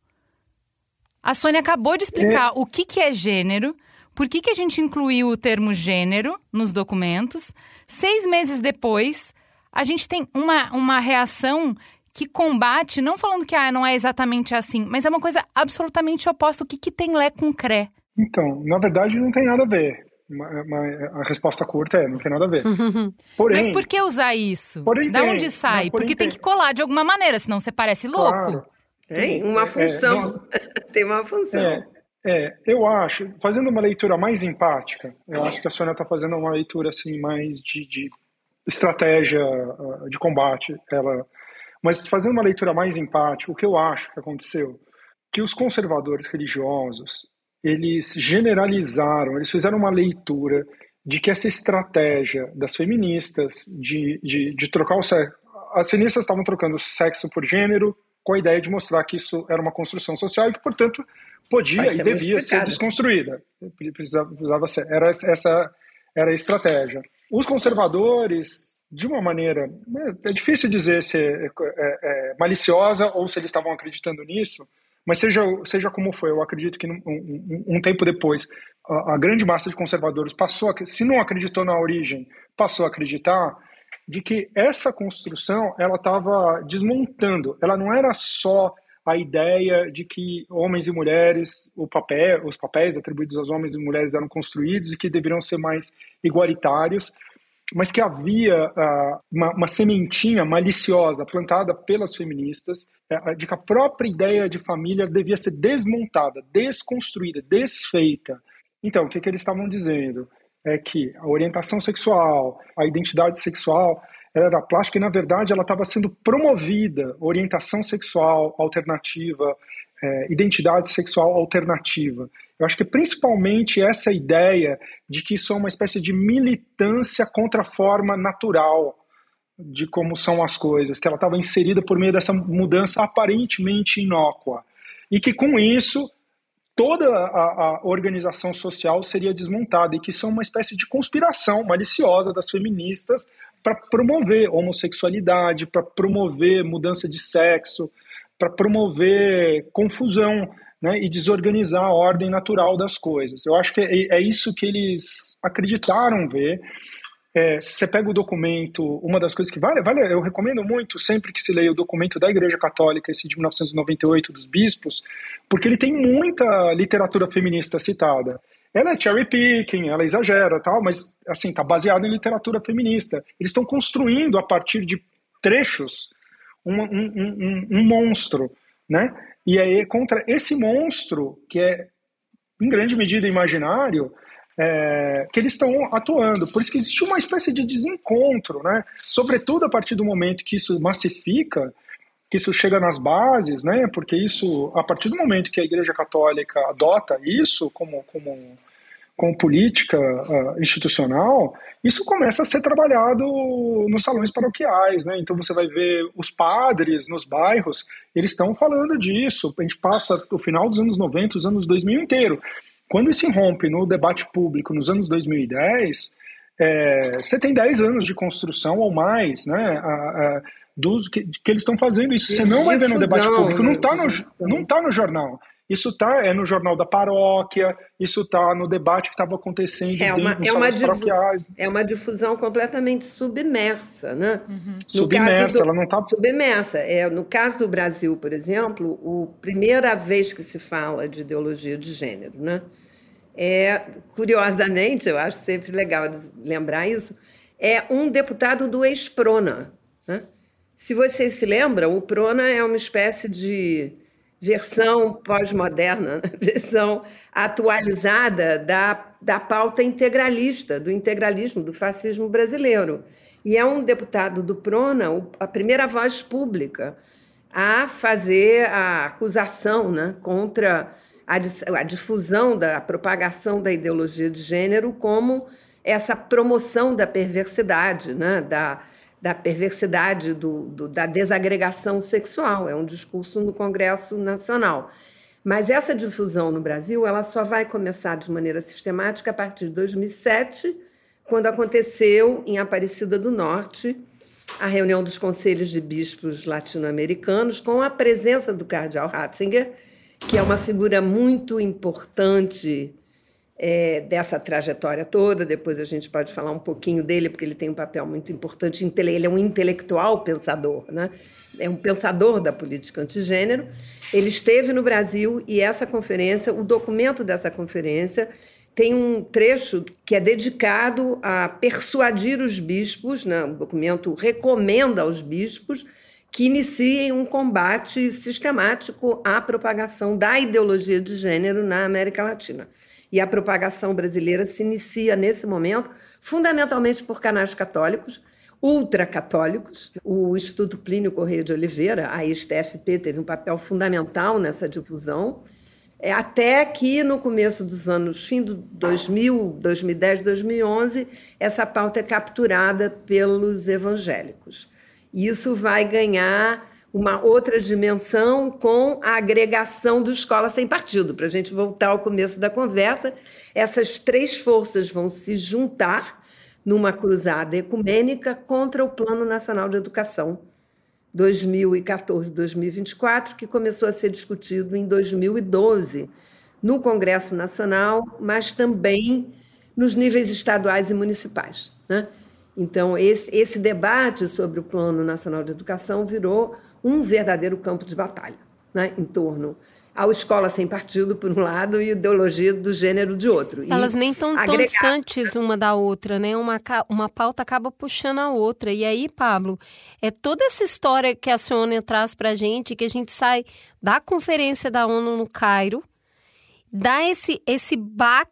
A Sônia acabou de explicar é. o que, que é gênero, por que, que a gente incluiu o termo gênero nos documentos. Seis meses depois, a gente tem uma, uma reação que combate, não falando que ah, não é exatamente assim, mas é uma coisa absolutamente oposta. O que, que tem lé com cré? Então, na verdade, não tem nada a ver. A resposta curta é, não tem nada a ver. Porém, mas por que usar isso? Porém da tem, onde sai? não, Porque tem. tem que colar de alguma maneira, senão você parece louco. Claro. Tem uma função. É, tem uma função. É, é, eu acho, fazendo uma leitura mais empática, eu acho que a Sônia está fazendo uma leitura assim, mais de, de estratégia de combate. Ela, mas fazendo uma leitura mais empática, o que eu acho que aconteceu? Que os conservadores religiosos, eles generalizaram, eles fizeram uma leitura de que essa estratégia das feministas de, de, de trocar o sexo... As feministas estavam trocando sexo por gênero com a ideia de mostrar que isso era uma construção social e que, portanto, podia e devia ser desconstruída. Precisava, precisava ser. Era, essa era a estratégia. Os conservadores, de uma maneira... É difícil dizer se é, é, é maliciosa ou se eles estavam acreditando nisso, mas seja, seja como foi, eu acredito que um, um, um tempo depois a, a grande massa de conservadores passou, a, se não acreditou na origem, passou a acreditar de que essa construção ela estava desmontando. Ela não era só a ideia de que homens e mulheres, o papel, os papéis atribuídos aos homens e mulheres eram construídos e que deveriam ser mais igualitários, mas que havia uh, uma, uma sementinha maliciosa plantada pelas feministas uh, de que a própria ideia de família devia ser desmontada, desconstruída, desfeita. Então, o que, que eles estavam dizendo? É que a orientação sexual, a identidade sexual, ela era plástica e, na verdade, ela estava sendo promovida, orientação sexual alternativa, é, identidade sexual alternativa. Eu acho que principalmente essa ideia de que isso é uma espécie de militância contra a forma natural de como são as coisas, que ela estava inserida por meio dessa mudança aparentemente inócua. E que com isso toda a, a organização social seria desmontada, e que isso é uma espécie de conspiração maliciosa das feministas para promover homossexualidade, para promover mudança de sexo, para promover confusão, né, e desorganizar a ordem natural das coisas. Eu acho que é, é isso que eles acreditaram ver. É, se você pega o documento, uma das coisas que vale, vale, eu recomendo muito sempre que se leia o documento da Igreja Católica, esse de mil novecentos e noventa e oito dos bispos, porque ele tem muita literatura feminista citada. Ela é cherry picking, ela exagera, tal, mas assim, está baseado em literatura feminista. Eles estão construindo a partir de trechos um, um, um, um monstro, né? E aí contra esse monstro, que é em grande medida imaginário, É, que eles estão atuando. Por isso que existe uma espécie de desencontro, né? Sobretudo a partir do momento que isso massifica, que isso chega nas bases, né? Porque isso, a partir do momento que a Igreja Católica adota isso como, como, como política uh, institucional, isso começa a ser trabalhado nos salões paroquiais, né? Então você vai ver os padres nos bairros, eles estão falando disso. A gente passa o final dos anos noventa, os anos dois mil inteiro. Quando isso irrompe no debate público nos anos dois mil e dez, é, você tem dez anos de construção ou mais, né, a, a, dos que, que eles estão fazendo isso. Você não vai ver no debate público, não está no, não tá no jornal. Isso tá, é no jornal da paróquia, isso está no debate que estava acontecendo é uma, dentro dos é uma salões paroquiais. É uma difusão completamente submersa, né? Uhum. Submersa, do, ela não está... Submersa. É, no caso do Brasil, por exemplo, a primeira vez que se fala de ideologia de gênero, né? É, curiosamente, eu acho sempre legal lembrar isso, é um deputado do ex-Prona, né? Se vocês se lembram, o Prona é uma espécie de versão pós-moderna, né? Versão atualizada da, da pauta integralista, do integralismo, do fascismo brasileiro. E é um deputado do Prona, a primeira voz pública a fazer a acusação, né, contra a, a difusão, da a propagação da ideologia de gênero como essa promoção da perversidade, né, da, da perversidade, do, do, da desagregação sexual. É um discurso no Congresso Nacional. Mas essa difusão no Brasil ela só vai começar de maneira sistemática a partir de dois mil e sete, quando aconteceu em Aparecida do Norte a reunião dos conselhos de bispos latino-americanos com a presença do cardeal Ratzinger, que é uma figura muito importante é, dessa trajetória toda. Depois a gente pode falar um pouquinho dele, porque ele tem um papel muito importante. Ele é um intelectual pensador, né? É um pensador da política antigênero. Ele esteve no Brasil e essa conferência, o documento dessa conferência, tem um trecho que é dedicado a persuadir os bispos, né? O documento recomenda aos bispos que iniciem um combate sistemático à propagação da ideologia de gênero na América Latina. E a propagação brasileira se inicia, nesse momento, fundamentalmente por canais católicos, ultracatólicos. O Instituto Plínio Correia de Oliveira, a I S T F P, teve um papel fundamental nessa difusão, até que, no começo dos anos, fim do dois mil, dois mil e dez, dois mil e onze, essa pauta é capturada pelos evangélicos. Isso vai ganhar uma outra dimensão com a agregação do Escola Sem Partido. Para a gente voltar ao começo da conversa, essas três forças vão se juntar numa cruzada ecumênica contra o Plano Nacional de Educação dois mil e quatorze a dois mil e vinte e quatro, que começou a ser discutido em dois mil e doze no Congresso Nacional, mas também nos níveis estaduais e municipais, né? Então, esse, esse debate sobre o Plano Nacional de Educação virou um verdadeiro campo de batalha, né, em torno à Escola Sem Partido, por um lado, e ideologia do gênero de outro. Elas e nem estão tão agregar... distantes uma da outra, né? Uma, uma pauta acaba puxando a outra. E aí, Pablo, é toda essa história que a Cione traz para a gente, que a gente sai da conferência da ONU no Cairo, dá esse, esse baque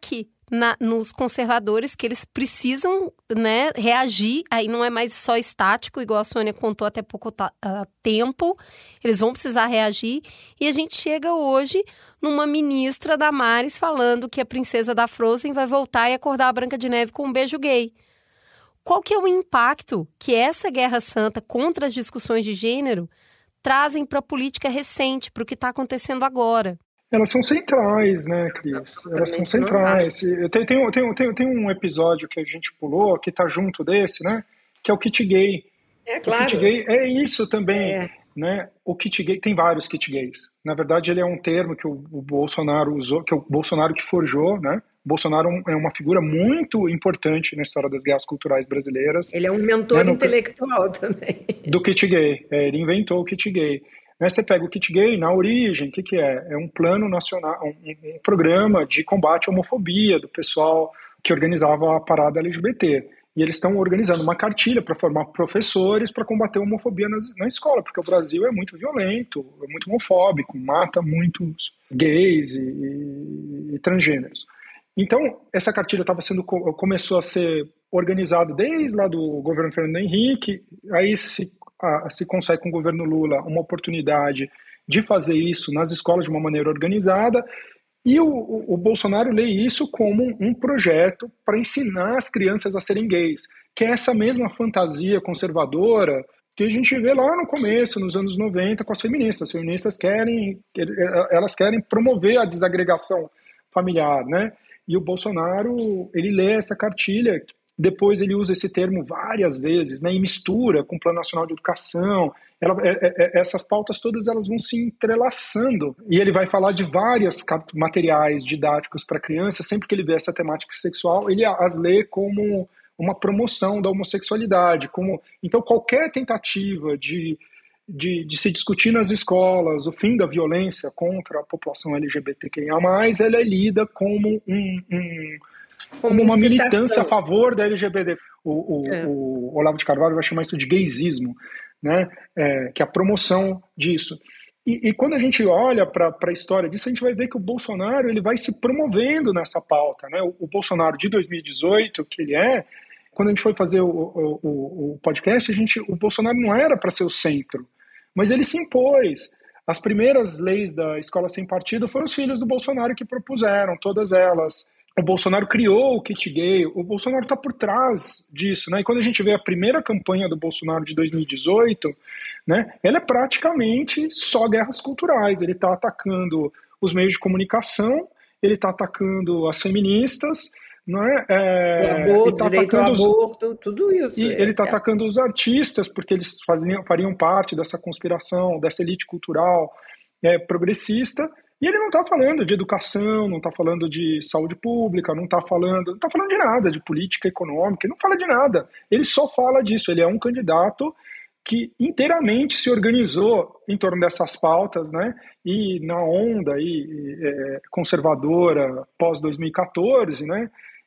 na, nos conservadores, que eles precisam, né, reagir, aí não é mais só estático, igual a Sônia contou até pouco ta- uh, tempo, eles vão precisar reagir, e a gente chega hoje numa ministra Damares falando que a princesa da Frozen vai voltar e acordar a Branca de Neve com um beijo gay. Qual que é o impacto que essa guerra santa contra as discussões de gênero trazem para a política recente, para o que está acontecendo agora? Elas são centrais, né, Cris? Elas são centrais. Tem, tem, tem, tem, tem um episódio que a gente pulou, que está junto desse, né? Que é o kit gay. É claro. O kit gay é isso também, é. né? O kit gay, tem vários kit gays. Na verdade, ele é um termo que o, o Bolsonaro usou, que é o Bolsonaro que forjou, né? O Bolsonaro é uma figura muito importante na história das guerras culturais brasileiras. Ele é um mentor né, no, intelectual também. Do kit gay. É, ele inventou o kit gay. Né, você pega o kit gay, na origem, o que, que é? É um plano nacional, um, um programa de combate à homofobia do pessoal que organizava a parada L G B T. E eles estão organizando uma cartilha para formar professores para combater a homofobia nas, na escola, porque o Brasil é muito violento, é muito homofóbico, mata muitos gays e, e, e transgêneros. Então, essa cartilha estava sendo, começou a ser organizada desde lá do governo Fernando Henrique, aí se se consegue com o governo Lula uma oportunidade de fazer isso nas escolas de uma maneira organizada, e o, o, o Bolsonaro lê isso como um, um projeto para ensinar as crianças a serem gays, que é essa mesma fantasia conservadora que a gente vê lá no começo, nos anos noventa, com as feministas. As feministas querem, elas querem promover a desagregação familiar, né? E o Bolsonaro, ele lê essa cartilha. Depois ele usa esse termo várias vezes, né, e mistura com o Plano Nacional de Educação. Ela, é, é, essas pautas todas elas vão se entrelaçando. E ele vai falar de vários materiais didáticos para crianças. Sempre que ele vê essa temática sexual, ele as lê como uma promoção da homossexualidade. Como, então, qualquer tentativa de, de, de se discutir nas escolas o fim da violência contra a população L G B T Q I A mais, ela é lida como um... um como uma militância a favor da L G B T. O, o, é. o Olavo de Carvalho vai chamar isso de gaysismo, né? É, que é a promoção disso. E, e quando a gente olha para a história disso, a gente vai ver que o Bolsonaro ele vai se promovendo nessa pauta, né? O, o Bolsonaro de dois mil e dezoito, que ele é, quando a gente foi fazer o, o, o, o podcast, a gente, o Bolsonaro não era para ser o centro, mas ele se impôs. As primeiras leis da escola sem partido foram os filhos do Bolsonaro que propuseram, todas elas. O Bolsonaro criou o kit gay, o Bolsonaro está por trás disso, né? E quando a gente vê a primeira campanha do Bolsonaro de dois mil e dezoito, né, ela é praticamente só guerras culturais. Ele está atacando os meios de comunicação, ele está atacando as feministas, não é? é o aborto, tá direito ao aborto, tudo isso. E é, ele está é. atacando os artistas, porque eles faziam, fariam parte dessa conspiração, dessa elite cultural é, progressista. E ele não está falando de educação, não está falando de saúde pública, não está falando, não está falando de nada, de política econômica, ele não fala de nada. Ele só fala disso. Ele é um candidato que inteiramente se organizou em torno dessas pautas, né? E na onda aí, é, conservadora pós dois mil e quatorze, né?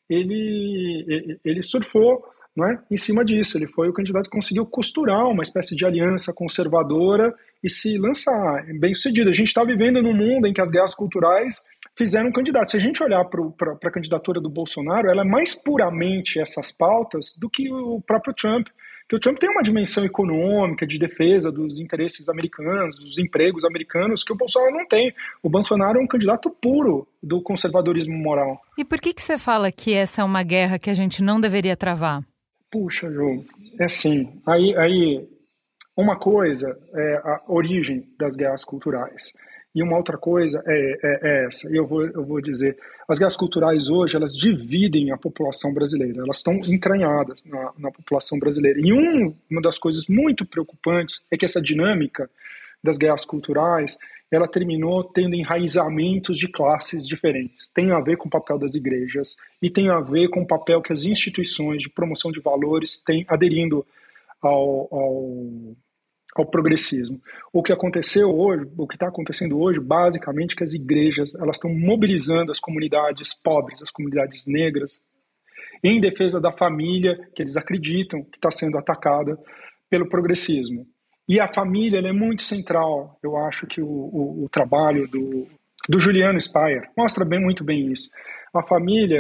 Ele, ele surfou, não é? Em cima disso. Ele foi o candidato que conseguiu costurar uma espécie de aliança conservadora e se lançar bem sucedido. A gente está vivendo num mundo em que as guerras culturais fizeram um candidato. Se a gente olhar para a candidatura do Bolsonaro, ela é mais puramente essas pautas do que o próprio Trump. Que o Trump tem uma dimensão econômica, de defesa dos interesses americanos, dos empregos americanos, que o Bolsonaro não tem. O Bolsonaro é um candidato puro do conservadorismo moral. E por que que você fala que essa é uma guerra que a gente não deveria travar? Puxa, Ju, é assim, aí, aí uma coisa é a origem das guerras culturais e uma outra coisa é, é, é essa, e eu vou, eu vou dizer, as guerras culturais hoje, elas dividem a população brasileira, elas estão entranhadas na, na população brasileira, e um, uma das coisas muito preocupantes é que essa dinâmica das guerras culturais, ela terminou tendo enraizamentos de classes diferentes. Tem a ver com o papel das igrejas e tem a ver com o papel que as instituições de promoção de valores têm aderindo ao, ao, ao progressismo. O que aconteceu hoje, o que está acontecendo hoje, basicamente, é que as igrejas elas estão mobilizando as comunidades pobres, as comunidades negras, em defesa da família que eles acreditam que está sendo atacada pelo progressismo. E a família ela é muito central. Eu acho que o, o, o trabalho do, do Juliano Speyer mostra bem, muito bem isso. A família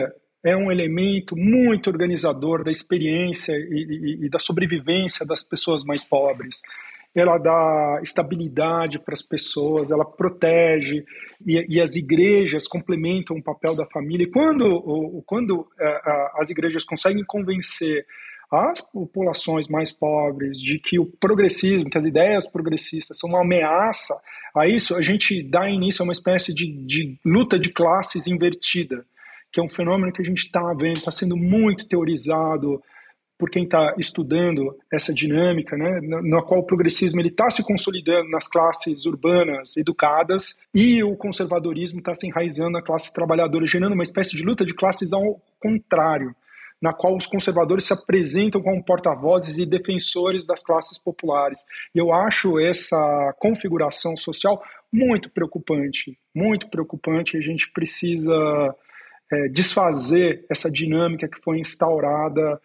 é um elemento muito organizador da experiência e, e, e da sobrevivência das pessoas mais pobres. Ela dá estabilidade para as pessoas, ela protege, e, e as igrejas complementam o papel da família. E quando, quando a, as igrejas conseguem convencer as populações mais pobres de que o progressismo, que as ideias progressistas são uma ameaça a isso, a gente dá início a uma espécie de, de luta de classes invertida, que é um fenômeno que a gente está vendo, está sendo muito teorizado por quem está estudando essa dinâmica, né, na, na qual o progressismo está se consolidando nas classes urbanas educadas e o conservadorismo está se enraizando na classe trabalhadora, gerando uma espécie de luta de classes ao contrário, na qual os conservadores se apresentam como porta-vozes e defensores das classes populares. E eu acho essa configuração social muito preocupante, muito preocupante. A gente precisa é, desfazer essa dinâmica que foi instaurada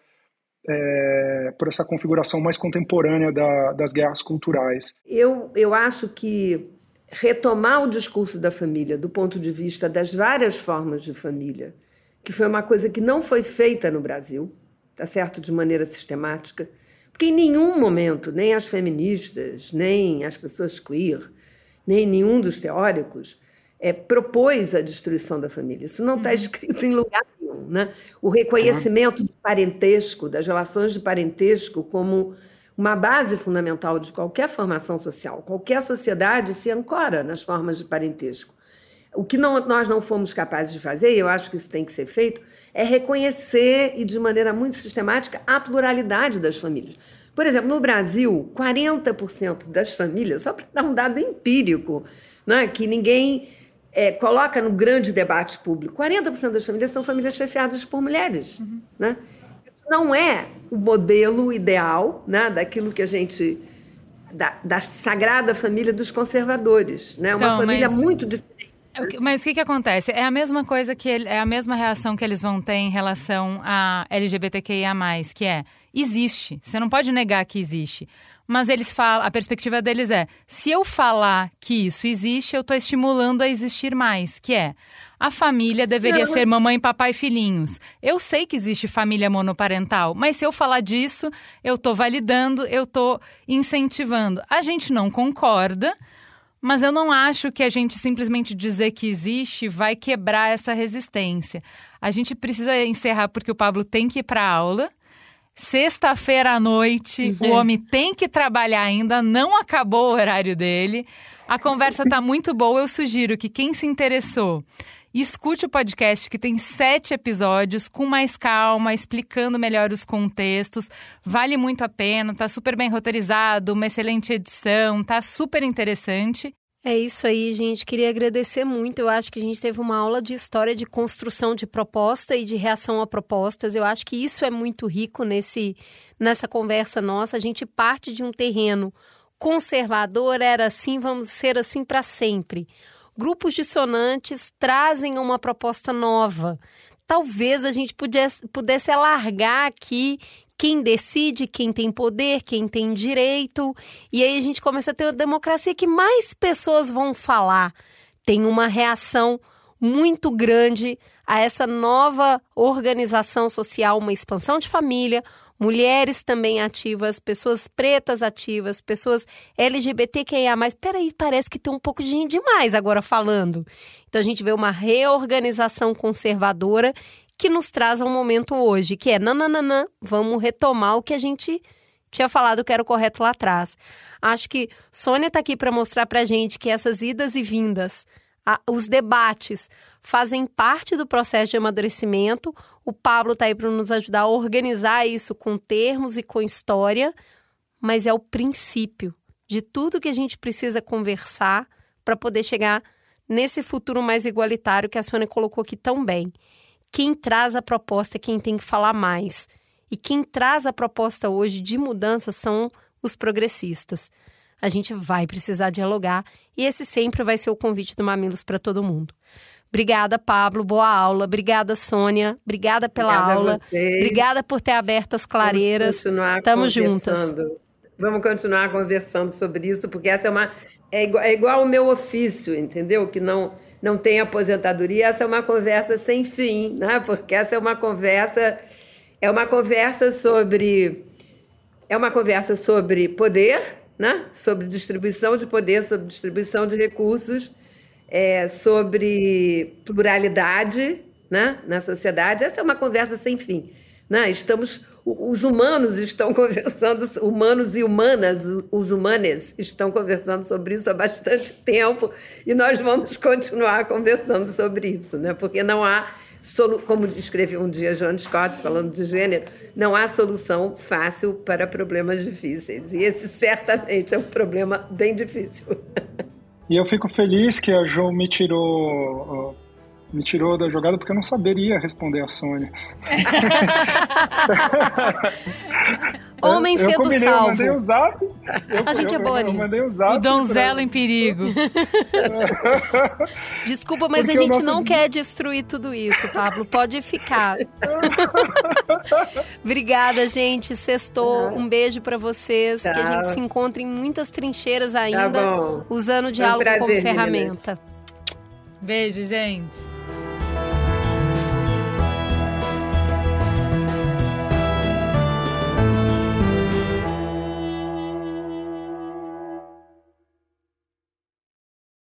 é, por essa configuração mais contemporânea da, das guerras culturais. Eu, eu acho que retomar o discurso da família do ponto de vista das várias formas de família, que foi uma coisa que não foi feita no Brasil, tá certo, de maneira sistemática, porque em nenhum momento, nem as feministas, nem as pessoas queer, nem nenhum dos teóricos é, propôs a destruição da família. Isso não está escrito em lugar nenhum, né? O reconhecimento do parentesco, das relações de parentesco como uma base fundamental de qualquer formação social. Qualquer sociedade se ancora nas formas de parentesco. O que não, nós não fomos capazes de fazer, e eu acho que isso tem que ser feito, é reconhecer, e de maneira muito sistemática, a pluralidade das famílias. Por exemplo, no Brasil, quarenta por cento das famílias, só para dar um dado empírico, né, que ninguém é, coloca no grande debate público, quarenta por cento das famílias são famílias chefiadas por mulheres. Uhum. Né? Isso não é o modelo ideal, né, daquilo que a gente... Da, da sagrada família dos conservadores. Né? Uma então, família mas... muito diferente. Mas o que, que acontece? É a mesma coisa que ele, é a mesma reação que eles vão ter em relação a L G B T Q I A mais, que é, existe. Você não pode negar que existe. Mas eles falam, a perspectiva deles é, se eu falar que isso existe, eu estou estimulando a existir mais, que é, a família deveria não. ser mamãe, papai e filhinhos. Eu sei que existe família monoparental, mas se eu falar disso, eu estou validando, eu estou incentivando. A gente não concorda, mas eu não acho que a gente simplesmente dizer que existe vai quebrar essa resistência. A gente precisa encerrar porque o Pablo tem que ir para a aula. Sexta-feira à noite, uhum. o homem tem que trabalhar ainda, não acabou o horário dele. A conversa está muito boa, eu sugiro que quem se interessou, escute o podcast que tem sete episódios com mais calma, explicando melhor os contextos. Vale muito a pena, tá super bem roteirizado, uma excelente edição, tá super interessante. É isso aí, gente. Queria agradecer muito. Eu acho que a gente teve uma aula de história de construção de proposta e de reação a propostas. Eu acho que isso é muito rico nesse, nessa conversa nossa. A gente parte de um terreno conservador, era assim, vamos ser assim para sempre. Grupos dissonantes trazem uma proposta nova. Talvez a gente pudesse, pudesse alargar aqui quem decide, quem tem poder, quem tem direito. E aí a gente começa a ter uma democracia que mais pessoas vão falar. Tem uma reação muito grande a essa nova organização social, uma expansão de família, mulheres também ativas, pessoas pretas ativas, pessoas L G B T Q I A mais. Peraí, parece que tem um pouco de gente demais agora falando. Então a gente vê uma reorganização conservadora que nos traz um momento hoje, que é nananana, vamos retomar o que a gente tinha falado que era o correto lá atrás. Acho que Sônia está aqui para mostrar para a gente que essas idas e vindas, a, os debates, fazem parte do processo de amadurecimento. O Pablo está aí para nos ajudar a organizar isso com termos e com história, mas é o princípio de tudo que a gente precisa conversar para poder chegar nesse futuro mais igualitário que a Sônia colocou aqui tão bem. Quem traz a proposta é quem tem que falar mais. E quem traz a proposta hoje de mudança são os progressistas. A gente vai precisar dialogar e esse sempre vai ser o convite do Mamilos para todo mundo. Obrigada, Pablo. Boa aula. Obrigada, Sônia. Obrigada pela Obrigada aula. A vocês. Obrigada por ter aberto as clareiras. Tamo juntas. Vamos continuar conversando sobre isso, porque essa é uma... É igual, é igual ao meu ofício, entendeu? Que não, não tem aposentadoria. Essa é uma conversa sem fim, né? Porque essa é uma conversa... É uma conversa sobre... É uma conversa sobre poder, né? Sobre distribuição de poder, sobre distribuição de recursos, é, sobre pluralidade, né? Na sociedade. Essa é uma conversa sem fim. Né? Estamos, os humanos estão conversando, humanos e humanas, os humanes estão conversando sobre isso há bastante tempo e nós vamos continuar conversando sobre isso, né? Porque não há, como escreveu um dia John Scott falando de gênero, não há solução fácil para problemas difíceis. E esse certamente é um problema bem difícil. E eu fico feliz que a Jo me tirou... Me tirou da jogada porque eu não saberia responder a Sônia. Homem eu, eu sendo combinei, salvo. Eu mandei o zap. Eu, a gente eu, é boa eu, eu nisso. mandei o, zap o donzelo pra... em perigo. Desculpa, mas porque a gente não des... quer destruir tudo isso, Pablo. Pode ficar. Obrigada, gente. Sextou. Um beijo pra vocês. Tá. Que a gente se encontre em muitas trincheiras ainda, tá, usando o diálogo um prazer, como ferramenta. Beijo, gente.